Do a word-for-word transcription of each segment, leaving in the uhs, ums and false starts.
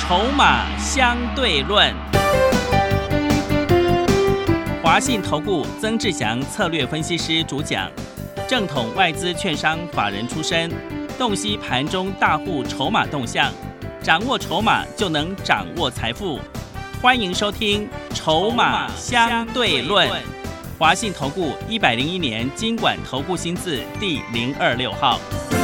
筹码相对论。华信投顾曾志祥策略分析师主讲，正统外资券商法人出身，洞悉盘中大户筹码动向，掌握筹码就能掌握财富。欢迎收听《筹码相对论》。华信投顾一百零一年金管投顾新字第零二六号。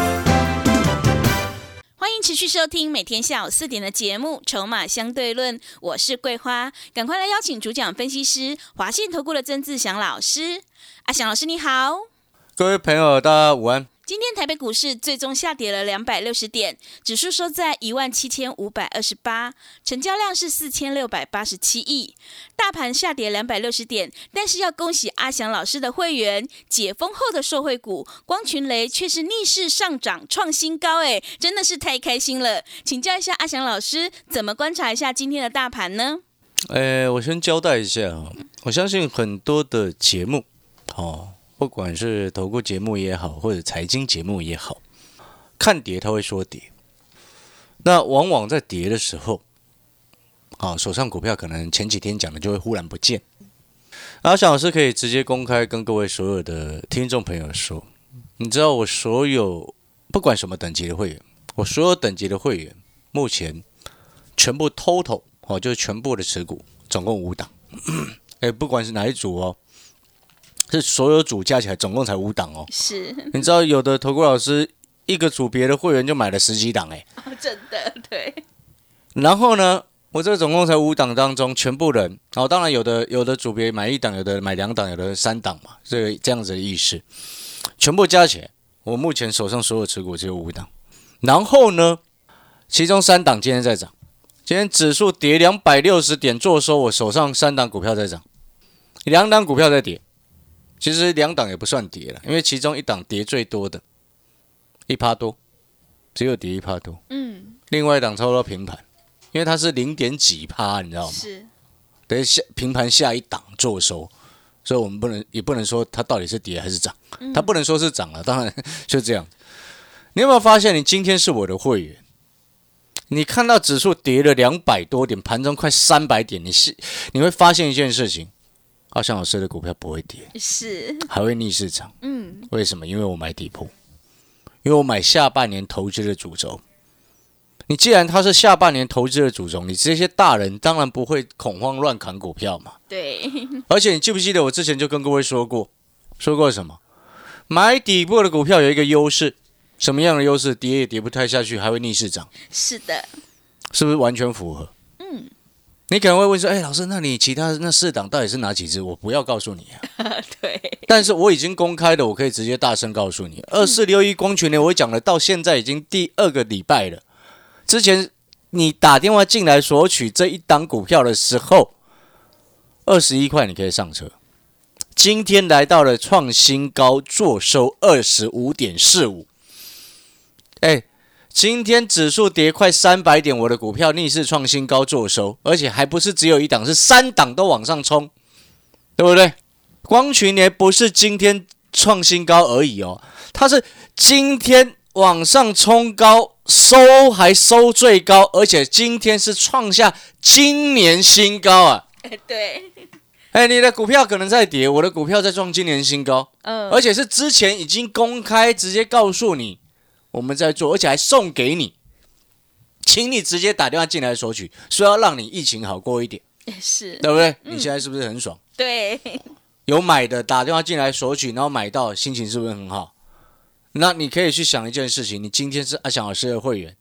欢迎持续收听每天下午四点的节目《筹码相对论》，我是桂花，赶快来邀请主讲分析师华信投顾的曾志祥老师。阿祥老师你好。 各位朋友大家午安。 今天台北股市最终下跌了两百六十点，指数收在一万七千五百二十八，成交量是四千六百八十七亿。大盘下跌两百六十点，但是要恭喜阿翔老师的会员，解封后的受惠股光群雷却是逆势上涨创新高，哎，真的是太开心了。请教一下阿翔老师，怎么观察一下今天的大盘呢？ 呃，我先交代一下，我相信很多的节目，哦。不管是投顾节目也好，或者财经节目也好，看跌他会说跌，那往往在跌的时候，啊，手上股票可能前几天讲的就会忽然不见。阿翔老师可以直接公开跟各位所有的听众朋友说，你知道我所有不管什么等级的会员，我所有等级的会员目前全部 total 哦，就是全部的持股总共五档，哎，不管是哪一组哦。是所有组加起来总共才五档哦。 是， 你知道有的投顾老师一个组别的会员就买了十几档哎、 哦，真的对。 然后呢，我这个总共才五档当中，全部人，哦，当然有的有的组别买一档，有的买两档，有的三档嘛，这个这样子的意思，全部加起来，我目前手上所有持股只有五档。然后呢，其中三档今天在涨，今天指数跌两百六十点做收，我手上三档股票在涨，两档股票在跌。其实两档也不算跌了，因为其中一档跌最多的，一趴多，只有跌一趴多。嗯，另外一档差不多平盘，因为它是零点几趴，你知道吗？ 是， 等于下平盘下一档做收，所以我们不能也不能说它到底是跌还是涨，嗯、它不能说是涨了，当然就这样。你有没有发现，你今天是我的会员，你看到指数跌了两百多点，盘中快三百点，你是你会发现一件事情。阿翔老师的股票不会跌， 是还会逆市场。 嗯， 为什么？因为我买底部，因为我买下半年投资的主轴。你既然它是下半年投资的主轴，你这些大人当然不会恐慌乱砍股票嘛。 对。 而且你记不记得我之前就跟各位说过，说过什么？买底部的股票有一个优势，什么样的优势？跌也跌不太下去，还会逆市场。 是的， 是不是完全符合？嗯。你可能会问说，哎、欸，老师，那你其他那四档到底是哪几支？我不要告诉你啊。 对。 但是我已经公开的，我可以直接大声告诉你，二四六一光群呢，我讲了，到现在已经第二个礼拜了。之前你打电话进来索取这一档股票的时候，二十一块你可以上车。今天来到了创新高，做收二十五点四五。哎。今天指数跌快三百点，我的股票逆势创新高做收，而且还不是只有一档，是三档都往上冲，对不对？光群也不是今天创新高而已哦，它是今天往上冲高，收还收最高，而且今天是创下今年新高啊！ 对， 哎，你的股票可能在跌，我的股票在创今年新高，嗯，而且是之前已经公开直接告诉你。我们在做，而且还送给你，请你直接打电话进来索取，说要让你疫情好过一点， 是， 对不对？ 嗯、 你现在是不是很爽？ 对， 有买的打电话进来索取，然后买到，心情是不是很好？那你可以去想一件事情，你今天是阿翔老师的会员，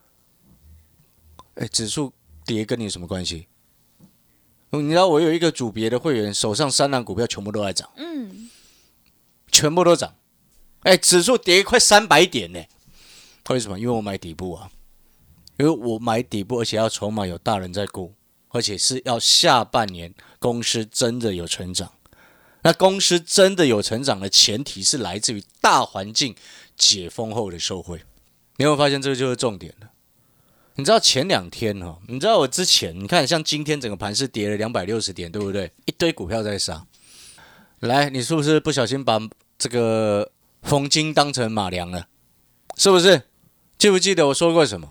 哎，指数跌跟你有什么关系？你知道我有一个组别的会员，手上三档股票全部都在涨，嗯，全部都涨，哎，指数跌快三百点呢。为什么？因为我买底部啊，因为我买底部，而且要筹码有大人在顾，而且是要下半年公司真的有成长。那公司真的有成长的前提是来自于大环境解封后的受惠。你有没有发现这个就是重点了？你知道前两天哦，你知道我之前，你看像今天整个盘是跌了两百六十点，对不对？一堆股票在杀。来，你是不是不小心把这个逢金当成马良了？是不是？记不记得我说过什么？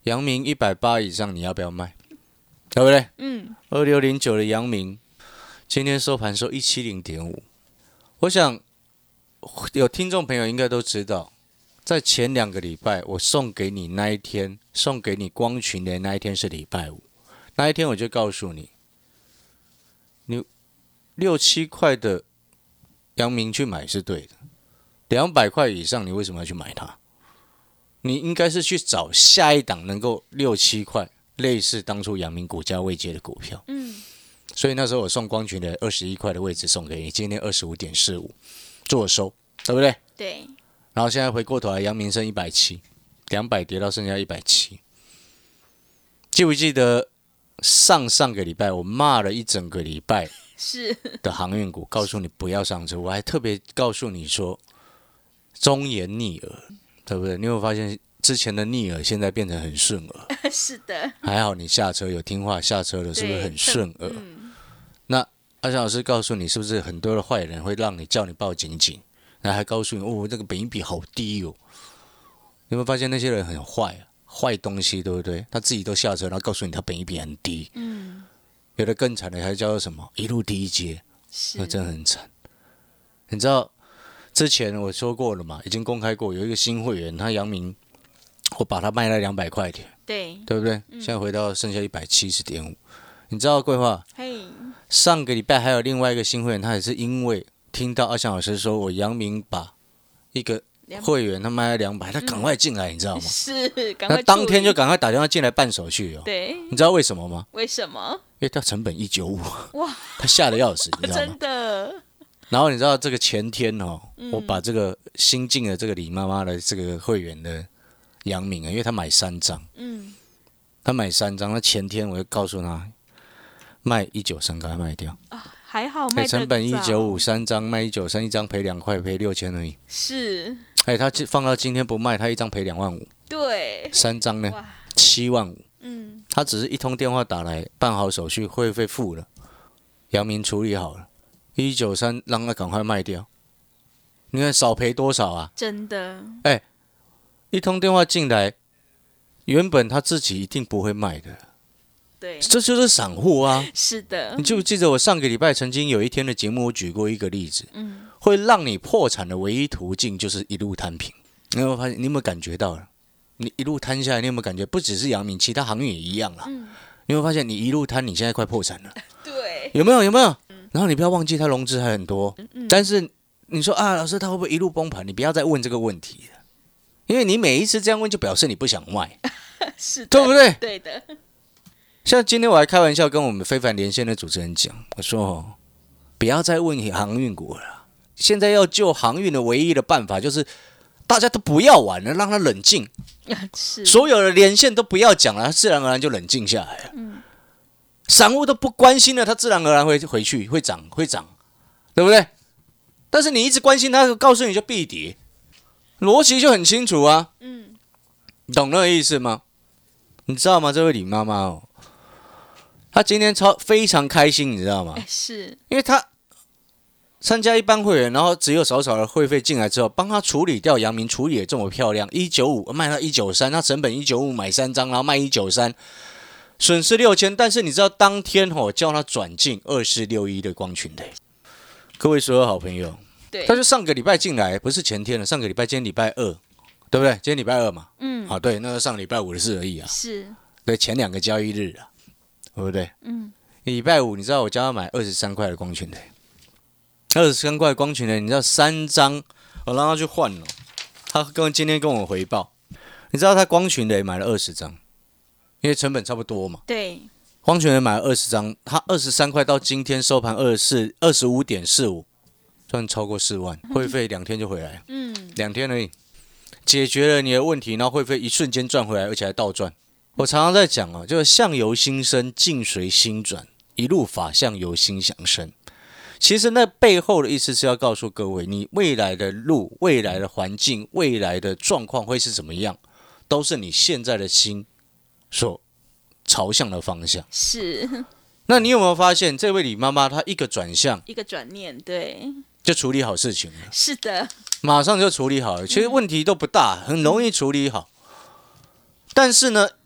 阳明一百八以上，你要不要卖？对不对？ 嗯， 二六零九的阳明，今天收盘收一七零点五。我想有听众朋友应该都知道，在前两个礼拜我送给你那一天，送给你光群的那一天是礼拜五，那一天我就告诉你，你六七块的阳明去买是对的，两百块以上你为什么要去买它？你应该是去找下一档能够六七块。类似当初阳明股价位阶的股票， 嗯， 所以那时候我送光群的二十一块的位置送给你，今天二十五点四五做收，对不对？ 对。 然后现在回过头来，阳明剩一百七，两百跌到剩下一百七，记不记得上上个礼拜我骂了一整个礼拜是的航运股，告诉你不要上车，我还特别告诉你说忠言逆耳，对不对？你有没有发现？之前的逆耳现在变成很顺耳， 是的， 还好你下车有听话下车了，是不是很顺耳？ 嗯、 那阿翔老师告诉你，是不是很多的坏人会让你叫你报警警，然后还告诉你哦，这个本益比好低哦。你有没有发现那些人很坏啊？坏东西对不对？他自己都下车，然后告诉你他本益比很低。 嗯， 有的更惨的还叫做什么一路低接，那真的很惨。你知道之前我说过了嘛，已经公开过，有一个新会员，他阳明。我把它卖了两百块钱， 对， 对不对？嗯、现在回到剩下一百七十点五，你知道桂花？ 嘿， 上个礼拜还有另外一个新会员，他也是因为听到阿翔老师说我阳明把一个会员他卖了两百，他赶快进来，嗯、你知道吗？ 是，赶快。 那当天就赶快打电话进来办手续哦。 对， 你知道为什么吗？ 为什么？ 因为他成本一九五， 哇， 他吓得要死，你知道吗？ 真的。 然后你知道这个前天哦，嗯、我把这个新进的这个李妈妈的这个会员的。阳明啊，因为他买三张，嗯，他买三张，那前天我就告诉他卖一九三，给他卖掉啊，还好卖得成本一九五，三张卖一九三，一张赔两块，赔六千而已。 是， 哎，他放到今天不卖，他一张赔两万五， 对， 三张呢七万五， 嗯， 他只是一通电话打来，办好手续，会费付了，阳明处理好了，一九三让他赶快卖掉，你看少赔多少啊？ 真的， 哎。一通电话进来，原本他自己一定不会卖的， 对， 这就是散户啊。 是的， 你记不记得我上个礼拜曾经有一天的节目，我举过一个例子， 嗯， 会让你破产的唯一途径就是一路摊平。你有没有发现？你有没有感觉到了？你一路摊下来，你有没有感觉？不只是阳明，其他航运也一样啦。嗯，你有没有发现？你一路摊，你现在快破产了。 对， 有没有？有没有？然后你不要忘记，它融资还很多，嗯、但是你说啊，老师，他会不会一路崩盘？你不要再问这个问题了。因为你每一次这样问，就表示你不想卖， 是的， 对不对？ 对的。 像今天我还开玩笑跟我们非凡连线的主持人讲，我说哦，不要再问航运股了，现在要救航运的唯一的办法就是大家都不要玩了，让他冷静， 是所有的连线都不要讲了，他自然而然就冷静下来了。嗯，散户都不关心了，他自然而然会回去，会涨，会涨，对不对？但是你一直关心他，告诉你就必跌。逻辑就很清楚啊，嗯，懂那个意思吗？你知道吗？这位李妈妈哦，她今天超非常开心，你知道吗？ 是， 因为她参加一般会员，然后只有少少的会费进来之后，帮她处理掉阳明，处理的这么漂亮，一九五卖到一九三，她成本一九五买三张，然后卖一九三，损失六千。但是你知道当天哦，叫她转进二四六一的光群的，各位所有好朋友。他就上个礼拜进来，不是前天了，上个礼拜，今天礼拜二，对不对？今天礼拜二嘛，嗯，好，对，那是上礼拜五的事而已啊， 是， 对，前两个交易日啊，对不对？嗯，礼拜五，你知道我叫他买二十三块的光群的，二十三块的光群的，你知道三张，我让他去换了，他跟今天跟我回报，你知道他光群的也买了二十张，因为成本差不多嘛， 对， 光群的买了二十张，他二十三块到今天收盘二十四二十五点四五。赚超过四万，会费两天就回来，嗯，两天而已，解决了你的问题，然后会费一瞬间赚回来，而且还倒赚。我常常在讲哦，就是相由心生，境随心转，一路法相由心想生。其实那背后的意思是要告诉各位，你未来的路、未来的环境、未来的状况会是怎么样，都是你现在的心所朝向的方向。 是。 那你有没有发现，这位李妈妈她一个转向， 一个转念，对。 就处理好事情了， 是的， 马上就处理好了。其实问题都不大，很容易处理好。但是呢，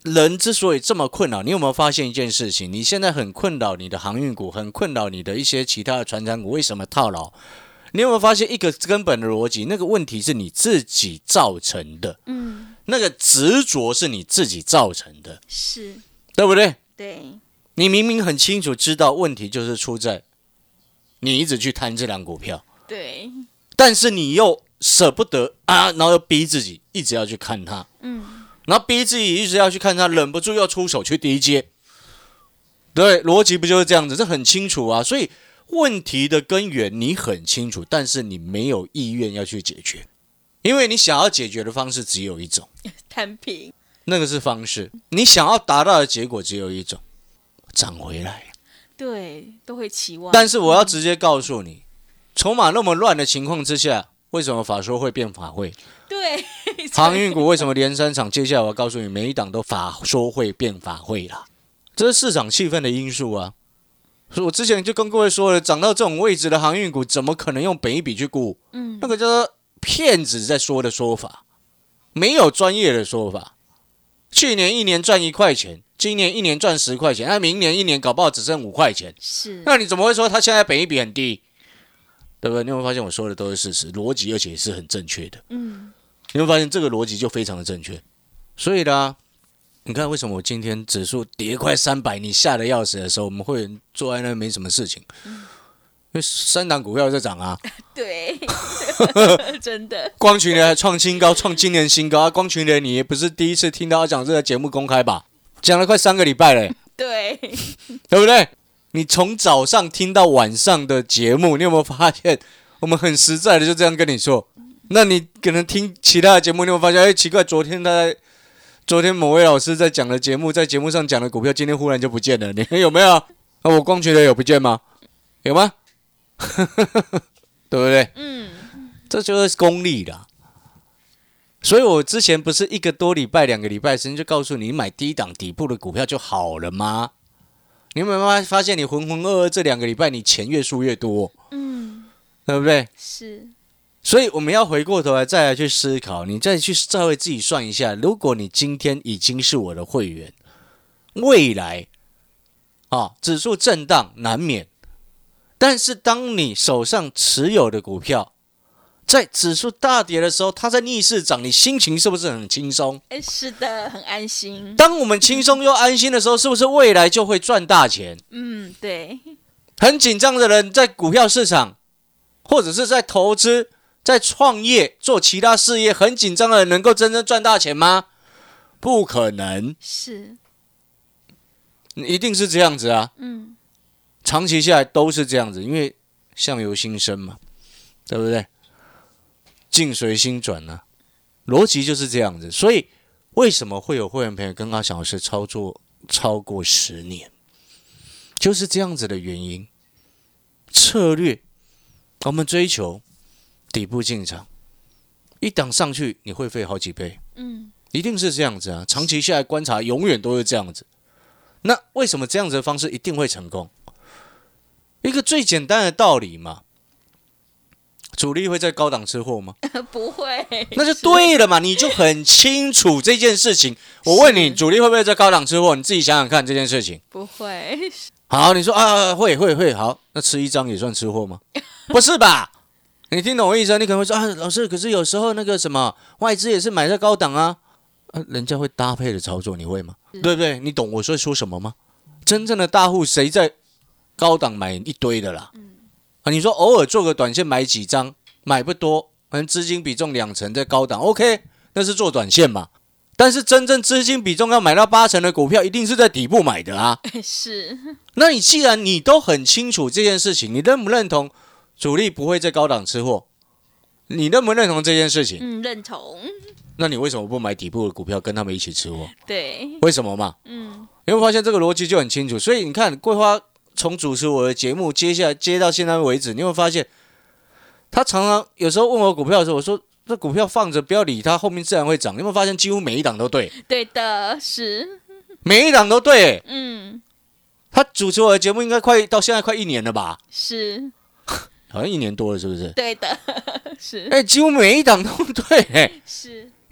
人之所以这么困扰，你有没有发现一件事情？你现在很困扰你的航运股，很困扰你的一些其他的传产股，为什么套牢？你有没有发现一个根本的逻辑？那个问题是你自己造成的， 嗯， 那个执着是你自己造成的， 是， 对不对？ 对， 你明明很清楚知道问题就是出在你一直去贪这档股票， 对， 但是你又舍不得啊，然后又逼自己一直要去看它， 嗯， 然后逼自己一直要去看它，忍不住要出手去低接，对，逻辑不就是这样子？这很清楚啊，所以问题的根源你很清楚，但是你没有意愿要去解决，因为你想要解决的方式只有一种， 摊平， 那个是方式，你想要达到的结果只有一种，涨回来。 对，都会期望。 但是我要直接告诉你，筹码那么乱的情况之下，为什么法说会变法会？ 对， 航运股为什么连三场？接下来我要告诉你，每一档都法说会变法会啦，这是市场气氛的因素啊。所以我之前就跟各位说了，涨到这种位置的航运股，怎么可能用本益比去估？ 嗯， 那个叫做骗子在说的说法，没有专业的说法。去年一年赚一块钱，今年一年赚十块钱，那明年一年搞不好只剩五块钱。 是， 那你怎么会说他现在本益比很低？对不对？你有没有发现我说的都是事实，逻辑而且是很正确的？ 嗯， 你会发现这个逻辑就非常的正确。所以呢，你看为什么我今天指数跌快三百，你吓得要死的时候，我们会员坐在那没什么事情， 嗯、 因为三档股票在涨啊。 对，真的。 光群联还创新高，创今年新高啊！光群联你也不是第一次听到他讲这个节目公开吧？讲了快三个礼拜了， 对， 对不对？你从早上听到晚上的节目，你有没有发现我们很实在的就这样跟你说？那你可能听其他的节目，你有没有发现？哎，奇怪，昨天他在昨天某位老师在讲的节目，在节目上讲的股票，今天忽然就不见了，你有没有？啊，我光群联有不见吗？有吗？对不对？ 嗯， 这就是功利啦。所以我之前不是一个多礼拜、两个礼拜时间就告诉你，你买低档底部的股票就好了吗？你有没有发现，你浑浑噩噩这两个礼拜，你钱越输越多， 嗯， 对不对？ 是。 所以我们要回过头来再来去思考，你再去再为自己算一下，如果你今天已经是我的会员，未来啊指数震荡难免，但是当你手上持有的股票在指数大跌的时候，它在逆势涨，你心情是不是很轻松？ 哎，是的，很安心。 当我们轻松又安心的时候，是不是未来就会赚大钱？ 嗯，对。 很紧张的人在股票市场，或者是在投资、在创业、做其他事业，很紧张的人能够真正赚大钱吗？不可能， 是， 一定是这样子啊。 嗯， 长期下来都是这样子，因为相由心生嘛，对不对？境随心转啊，逻辑就是这样子。所以为什么会有会员朋友跟阿翔老师操作超过十年，就是这样子的原因。策略，我们追求底部进场，一档上去你会费好几倍， 嗯， 一定是这样子啊。长期下来观察，永远都是这样子。那为什么这样子的方式一定会成功？一个最简单的道理嘛。主力会在高档吃货吗？ 不会， 那就对了嘛，你就很清楚这件事情。我问你，主力会不会在高档吃货？你自己想想看这件事情。 不会。 好，你说啊，会会会，好，那吃一张也算吃货吗？不是吧？你听懂我意思啊？你可能会说啊，老师，可是有时候那个什么外资也是买在高档啊，啊，人家会搭配的操作，你会吗？对不对？你懂我说说什么吗？真正的大户谁在高档买一堆的啦？嗯啊，你说偶尔做个短线买几张，买不多，可能资金比重两成在高档 ，OK， 那是做短线嘛。但是真正资金比重要买到八成的股票，一定是在底部买的啊。 是。 那你既然你都很清楚这件事情，你认不认同主力不会在高档吃货？你认不认同这件事情？ 嗯，认同。 那你为什么不买底部的股票跟他们一起吃货？ 对。 为什么嘛？ 嗯， 你会发现这个逻辑就很清楚。所以你看，桂花从主持我的节目接下来接到现在为止，你会发现，他常常有时候问我股票的时候，我说这股票放着不要理它，后面自然会涨。你有没有发现，几乎每一档都对？ 对的，是。 每一档都对、欸。 嗯。 他主持我的节目应该快到现在快一年了吧？ 是。 好像一年多了，是不是？ 对的，是。 哎、欸，几乎每一档都对、欸。 是。 因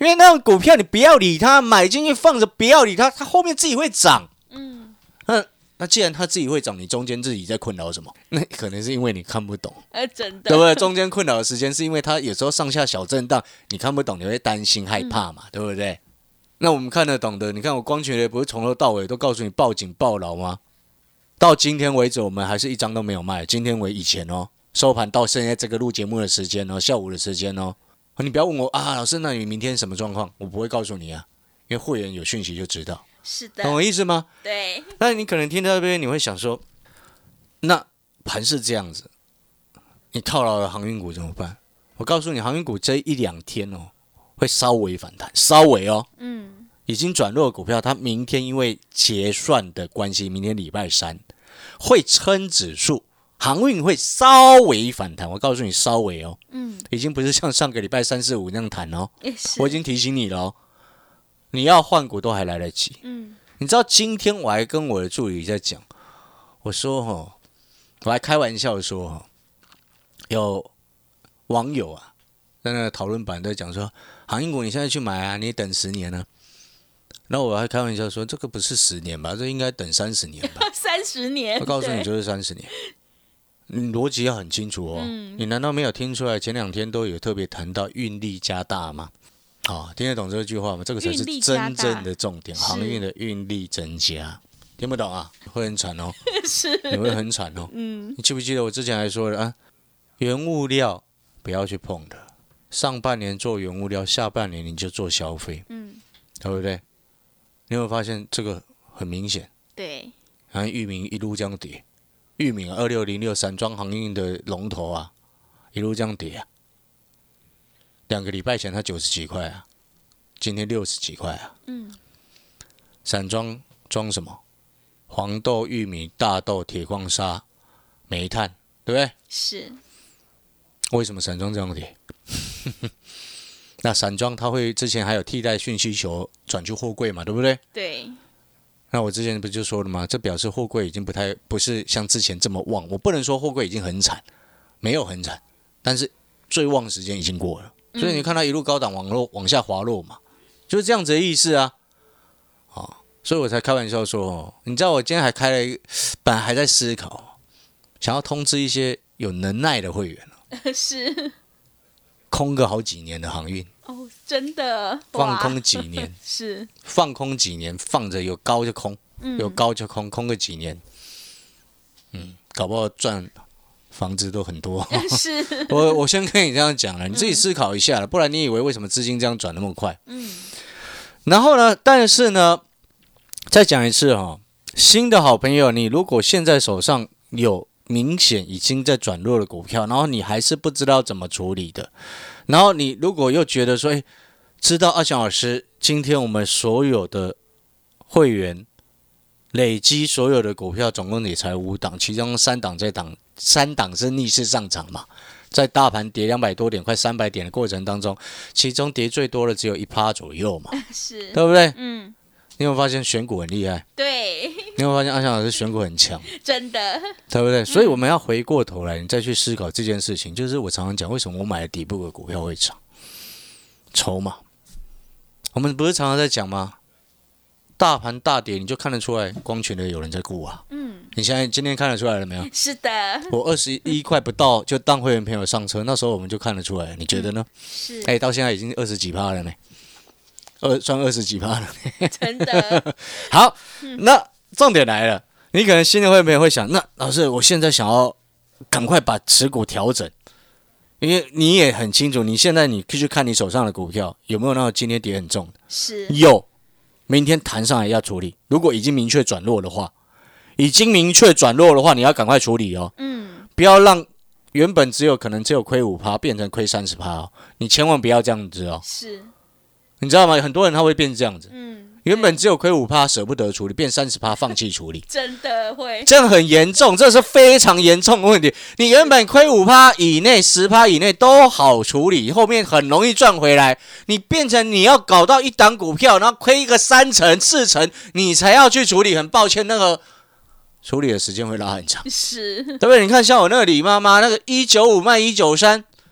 因为那种股票你不要理它，买进去放着不要理它，它后面自己会涨。 嗯， 那那既然它自己会涨，你中间自己在困扰什么？那可能是因为你看不懂， 呃，真的， 对不对？中间困扰的时间是因为它有时候上下小震荡，你看不懂，你会担心害怕嘛，嗯、对不对？那我们看得懂的，你看我光群雷不是从头到尾都告诉你报警报牢吗？到今天为止，我们还是一张都没有卖。今天为以前哦，收盘到现在这个录节目的时间哦，下午的时间哦，你不要问我啊，老师，那你明天什么状况？我不会告诉你啊，因为会员有讯息就知道。 是的， 懂我意思吗？ 对。 那你可能听到这边，你会想说，那盘是这样子，你套牢了航运股怎么办？我告诉你，航运股这一两天哦，会稍微反弹，稍微哦， 嗯， 已经转弱的股票，它明天因为结算的关系，明天礼拜三会撑指数，航运会稍微反弹。我告诉你，稍微哦， 嗯， 已经不是像上个礼拜三四五那样弹哦， 是我已经提醒你了哦。你要换股都还来得及。 嗯， 你知道今天我还跟我的助理在讲，我说哈，我还开玩笑说哈，有网友啊在那个讨论版在讲说，航运股你现在去买啊，你等十年呢、啊。然后我还开玩笑说，这个不是十年吧，这应该等三十年吧。 三十年， 我告诉你，就是三十年。你逻辑要很清楚哦。 嗯、 你难道没有听出来？前两天都有特别谈到运力加大吗？啊、哦，听得懂这句话吗？这个才是真正的重点，航运的运力增加。听不懂啊？会很惨哦。 是， 你会很惨哦。 嗯， 你记不记得我之前还说了啊？原物料不要去碰的，上半年做原物料，下半年你就做消费， 嗯， 对不对？你有没有发现这个很明显？ 对。 然后裕民一路这样跌，裕民二六零六散装航运的龙头啊，一路这样跌啊。两个礼拜前它九十几块啊，今天六十几块啊。 嗯。 散装装什么？黄豆、玉米、大豆、铁矿砂、煤炭，对不对？ 是。 为什么散装这样跌？那散装它会之前还有替代性需求转去货柜嘛，对不对？ 对。 那我之前不就说了吗？这表示货柜已经不太不是像之前这么旺。我不能说货柜已经很惨，没有很惨，但是最旺时间已经过了。所以你看它一路高档往落往下滑落嘛，就是这样子的意思啊。哦，所以我才开玩笑说，哦，你知道我今天还开了一个，本来还在思考，想要通知一些有能耐的会员是空个好几年的航运哦，真的放空几年是放空几年，放着有高就空， 嗯、 有高就空，空个几年，嗯，搞不好赚房子都很多。 是， 我我先跟你这样讲了，你自己思考一下了，不然你以为为什么资金这样转那么快？ 嗯， 然后呢，但是呢，再讲一次哈、哦，新的好朋友，你如果现在手上有明显已经在转弱的股票，然后你还是不知道怎么处理的，然后你如果又觉得说，哎，知道阿翔老师，今天我们所有的会员累积所有的股票总共也才五档，其中三档在档三档是逆势上涨嘛，在大盘跌两百多点、快三百点的过程当中，其中跌最多的只有一趴左右嘛， 是， 对不对？ 嗯， 你有没有发现选股很厉害？ 对， 你有没有发现阿翔老师选股很强？ 真的， 对不对？所以我们要回过头来，你再去思考这件事情。就是我常常讲，为什么我买的底部的股票会涨？筹码，我们不是常常在讲吗？大盘大跌，你就看得出来，光群的有人在顾啊。 嗯， 你现在今天看得出来了没有？ 是的。 我二十一块不到就当会员朋友上车，那时候我们就看得出来，你觉得呢？ 嗯、是。 哎，到现在已经二十几趴了呢，二算二十几趴了。 真的。 好，那重点来了，你可能新的会员朋友会想，那老师，我现在想要赶快把持股调整，因为你也很清楚，你现在你去看你手上的股票有没有那个今天跌很重的？ 是。 有。明天弹上来要处理，如果已经明确转弱的话，已经明确转弱的话，你要赶快处理哦。 嗯， 不要让原本只有可能只有亏五趴变成亏三十趴哦，你千万不要这样子哦。 是， 你知道吗？很多人他会变这样子， 嗯， 原本只有亏五趴舍不得处理，变三十趴放弃处理， 真的会， 这样很严重，这是非常严重的问题。你原本亏五趴以内、十趴以内都好处理，后面很容易赚回来。你变成你要搞到一档股票，然后亏一个三成、四成，你才要去处理。很抱歉，那个处理的时间会拉很长， 是， 对不对？你看像我那个李妈妈，那个一九五卖一九三，嗯，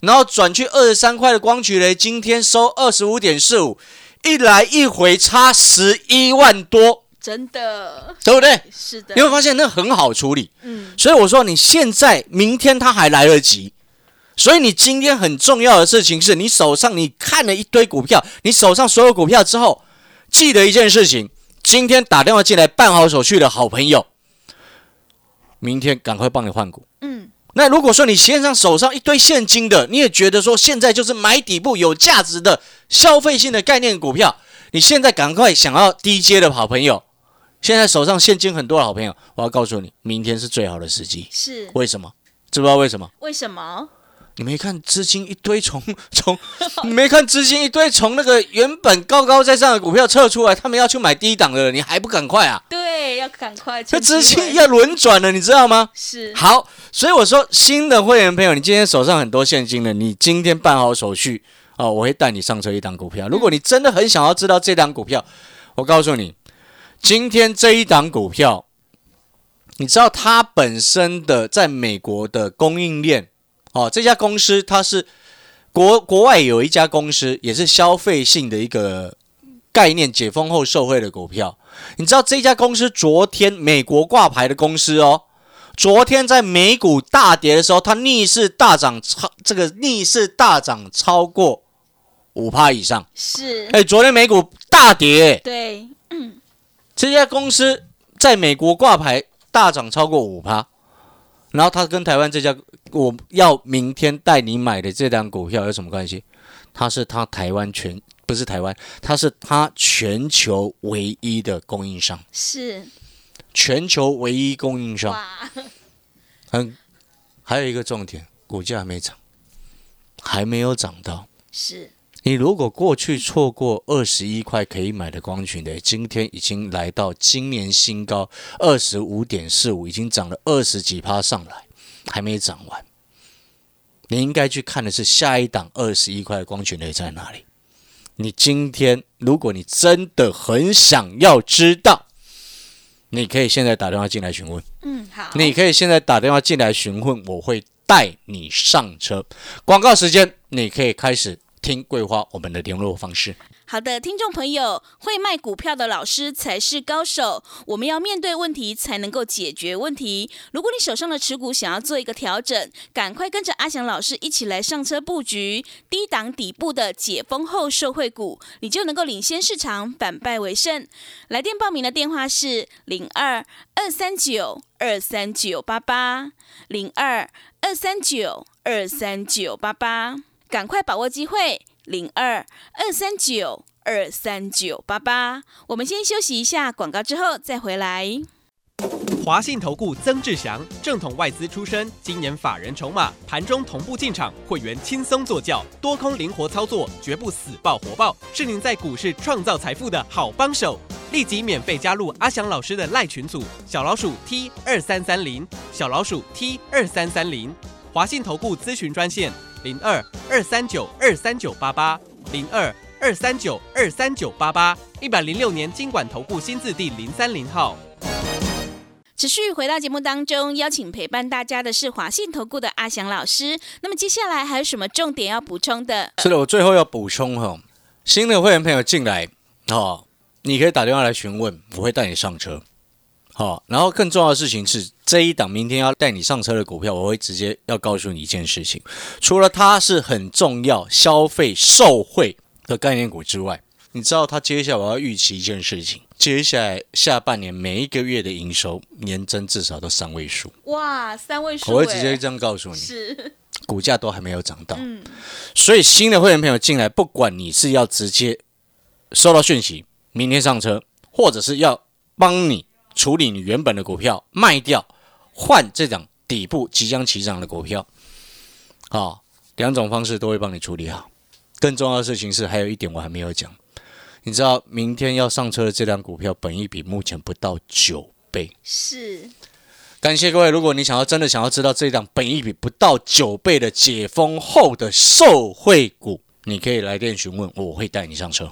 然后转去二十三块的光莒雷，今天收 二十五点四五， 一来一回差十一万多， 真的， 对不对？ 是的， 你会发现那很好处理。 嗯， 所以我说你现在明天它还来得及，所以你今天很重要的事情是你手上你看了一堆股票，你手上所有股票之后，记得一件事情，今天打电话进来办好手续的好朋友，明天赶快帮你换股。 嗯， 那如果说你现上手上一堆现金的，你也觉得说现在就是买底部有价值的消费性的概念股票，你现在赶快想要低阶的好朋友，现在手上现金很多的好朋友，我要告诉你，明天是最好的时机。 是为什么？知不知道为什么？ 为什么？ 你没看资金一堆从从，你没看资金一堆从那个原本高高在上的股票撤出来，他们要去买低档的了，你还不赶快啊？ 对，要赶快。 这资金要轮转了，你知道吗？ 是。 好，所以我说新的会员朋友，你今天手上很多现金了，你今天办好手续哦，我会带你上车一档股票。如果你真的很想要知道这档股票，我告诉你，今天这一档股票，你知道它本身的在美国的供应链。哦，这家公司它是国国外有一家公司，也是消费性的一个概念，解封后受惠的股票。你知道这家公司昨天美国挂牌的公司哦，昨天在美股大跌的时候，它逆势大涨超这个逆势大涨超过 百分之五 以上。 是， 哎，昨天美股大跌， 对，嗯， 这家公司在美国挂牌大涨超过 百分之五。然后他跟台湾这家我要明天带你买的这档股票有什么关系？它是他台湾全不是台湾，它是他全球唯一的供应商， 是全球唯一供应商。 哇， 很，还有一个重点，股价还没涨，还没有涨到。 是。 你如果过去错过二十一块可以买的光莒雷，今天已经来到今年新高 二十五点四五， 已经涨了二十几%上来，还没涨完。你应该去看的是下一档二十一块的光莒雷在哪里。你今天如果你真的很想要知道，你可以现在打电话进来询问。 嗯，好。 你可以现在打电话进来询问，我会带你上车。广告时间，你可以开始听桂花我们的联络方式。 好的，听众朋友，会卖股票的老师才是高手。我们要面对问题，才能够解决问题。如果你手上的持股想要做一个调整，赶快跟着阿翔老师一起来上车布局低档底部的解封后受惠股，你就能够领先市场，反败为胜。来电报名的电话是零二二三九二三九八八零二二三九二三九八八，赶快把握机会。零二二三九二三九八八，我们先休息一下，广告之后再回来。 华信投顾曾志祥，正统外资出身，今年法人筹码，盘中同步进场，会员轻松做教，多空灵活操作，绝不死抱活抱，是您在股市创造财富的好帮手。立即免费加入阿翔老师的赖群组，小老鼠 T 二三三零，小老鼠 T 二三三零，华信投顾咨询专线。零二二三九二三九八八零二二三九二三九八八，一百零六年金管投顾新字第零三零号。 持续回到节目当中，邀请陪伴大家的是华信投顾的阿翔老师。那么接下来还有什么重点要补充的？ 是的，我最后要补充哈，新的会员朋友进来哦，你可以打电话来询问，我会带你上车。好、哦，然后更重要的事情是，这一档明天要带你上车的股票，我会直接要告诉你一件事情，除了它是很重要消费受惠的概念股之外，你知道它接下来我要预期一件事情，接下来下半年每一个月的营收年增至少都三位数。 哇，三位数！ 我会直接这样告诉你， 是股价都还没有涨到， 嗯， 所以新的会员朋友进来，不管你是要直接收到讯息，明天上车，或者是要帮你处理你原本的股票卖掉，换这档底部即将起涨的股票，好，两种方式都会帮你处理好。更重要的事情是，还有一点我还没有讲，你知道明天要上车的这档股票，本益比目前不到九倍。 是， 感谢各位，如果你想要真的想要知道这档本益比不到九倍的解封后的受惠股，你可以来电询问，我会带你上车。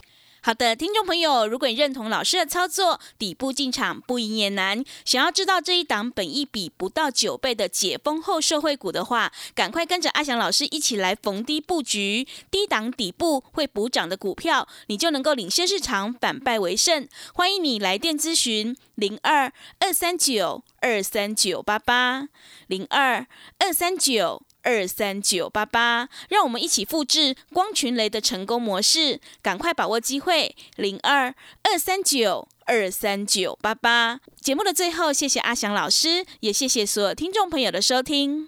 好的，听众朋友，如果你认同老师的操作，底部进场不赢也难，想要知道这一档本益比不到九倍的解封后受惠股的话，赶快跟着阿翔老师一起来逢低布局低档底部会补涨的股票，你就能够领先市场，反败为胜。欢迎你来电咨询零二二三九二三九八八零二二三九二三九八八，让我们一起复制光群雷的成功模式，赶快把握机会，零二二三九二三九八八。节目的最后，谢谢阿翔老师，也谢谢所有听众朋友的收听。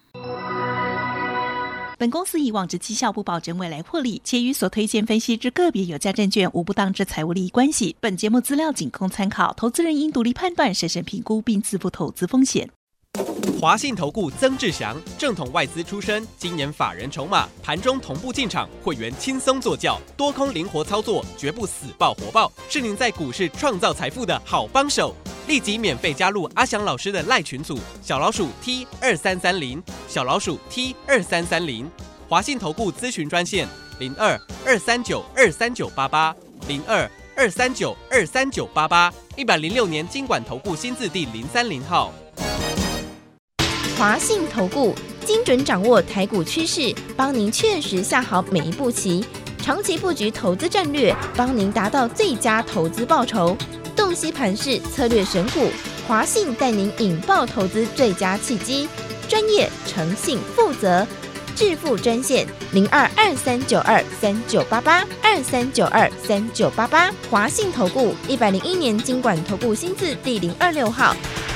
本公司以往之绩效不保证未来获利，且与所推荐分析之个别有价证券无不当之财务利益关系。本节目资料仅供参考，投资人应独立判断、审慎评估并自负投资风险。 华信投顾曾志祥，正统外资出身，今年法人筹码，盘中同步进场，会员轻松做教，多空灵活操作，绝不死抱活抱，是您在股市创造财富的好帮手。立即免费加入阿翔老师的赖群组，小老鼠 T 二三三零，小老鼠 T 二三三零，华信投顾咨询专线零二二三九二三九八八零二二三九二三九八八，一百零六年金管投顾新字第零三零号。 华信投顾精准掌握台股趋势，帮您确实下好每一步棋，长期布局投资战略，帮您达到最佳投资报酬。洞悉盘势，策略选股，华信带您引爆投资最佳契机，专业、诚信、负责，致富专线零二二三九二三九八八二三九二三九八八，华信投顾一百零一年金管投顾新字第零二六号。